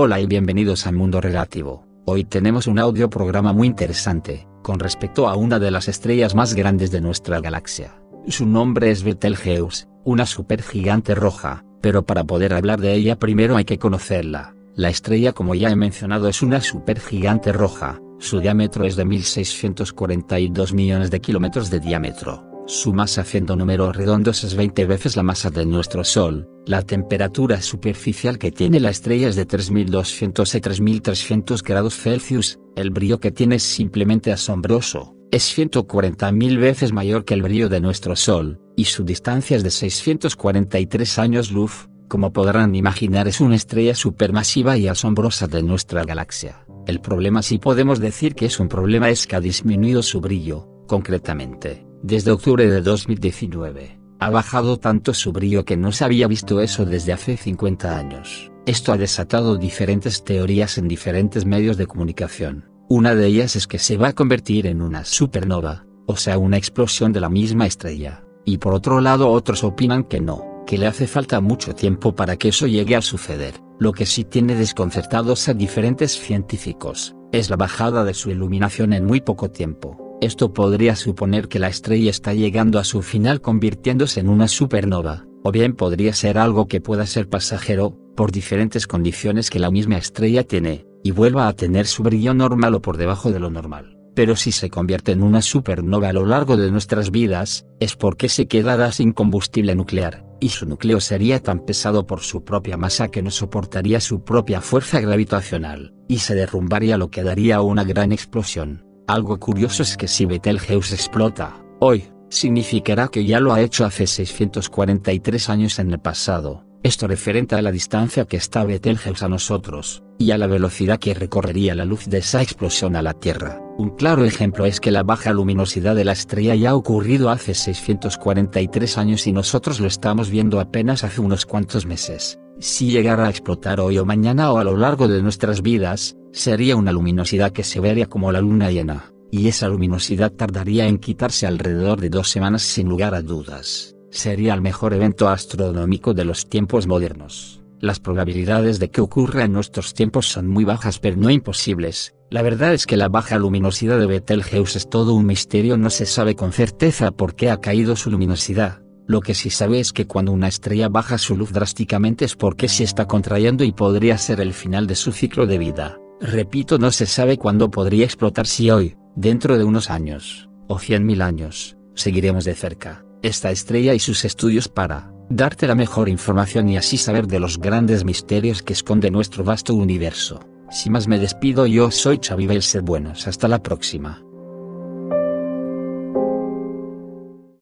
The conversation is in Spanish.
Hola y bienvenidos a Mundo Relativo. Hoy tenemos un audio programa muy interesante, con respecto a una de las estrellas más grandes de nuestra galaxia. Su nombre es Betelgeuse, una supergigante roja, pero para poder hablar de ella primero hay que conocerla. La estrella, como ya he mencionado, es una supergigante roja, su diámetro es de 1642 millones de kilómetros de diámetro. Su masa, haciendo números redondos, es 20 veces la masa de nuestro Sol. La temperatura superficial que tiene la estrella es de 3200 a 3300 grados Celsius. El brillo que tiene es simplemente asombroso. Es 140.000 veces mayor que el brillo de nuestro Sol, y su distancia es de 643 años luz. Como podrán imaginar, es una estrella supermasiva y asombrosa de nuestra galaxia. El problema, si podemos decir que es un problema, es que ha disminuido su brillo. Concretamente, desde octubre de 2019, ha bajado tanto su brillo que no se había visto eso desde hace 50 años. Esto ha desatado diferentes teorías en diferentes medios de comunicación. Una de ellas es que se va a convertir en una supernova, o sea, una explosión de la misma estrella. Y por otro lado, otros opinan que no, que le hace falta mucho tiempo para que eso llegue a suceder. Lo que sí tiene desconcertados a diferentes científicos es la bajada de su iluminación en muy poco tiempo. Esto podría suponer que la estrella está llegando a su final, convirtiéndose en una supernova, o bien podría ser algo que pueda ser pasajero, por diferentes condiciones que la misma estrella tiene, y vuelva a tener su brillo normal o por debajo de lo normal. Pero si se convierte en una supernova a lo largo de nuestras vidas, es porque se quedará sin combustible nuclear, y su núcleo sería tan pesado por su propia masa que no soportaría su propia fuerza gravitacional, y se derrumbaría, lo que daría una gran explosión. Algo curioso es que si Betelgeuse explota hoy, significará que ya lo ha hecho hace 643 años en el pasado. Esto referente a la distancia que está Betelgeuse a nosotros, y a la velocidad que recorrería la luz de esa explosión a la Tierra. Un claro ejemplo es que la baja luminosidad de la estrella ya ha ocurrido hace 643 años y nosotros lo estamos viendo apenas hace unos cuantos meses. Si llegara a explotar hoy o mañana o a lo largo de nuestras vidas, sería una luminosidad que se vería como la luna llena, y esa luminosidad tardaría en quitarse alrededor de 2 semanas sin lugar a dudas. Sería el mejor evento astronómico de los tiempos modernos. Las probabilidades de que ocurra en nuestros tiempos son muy bajas, pero no imposibles. La verdad es que la baja luminosidad de Betelgeuse es todo un misterio, no se sabe con certeza por qué ha caído su luminosidad. Lo que sí sabe es que cuando una estrella baja su luz drásticamente es porque se está contrayendo y podría ser el final de su ciclo de vida. Repito, no se sabe cuándo podría explotar, si hoy, dentro de unos años, o 100.000 años. Seguiremos de cerca esta estrella y sus estudios para darte la mejor información y así saber de los grandes misterios que esconde nuestro vasto universo. Sin más me despido, yo soy Xavi Belset, buenos, hasta la próxima.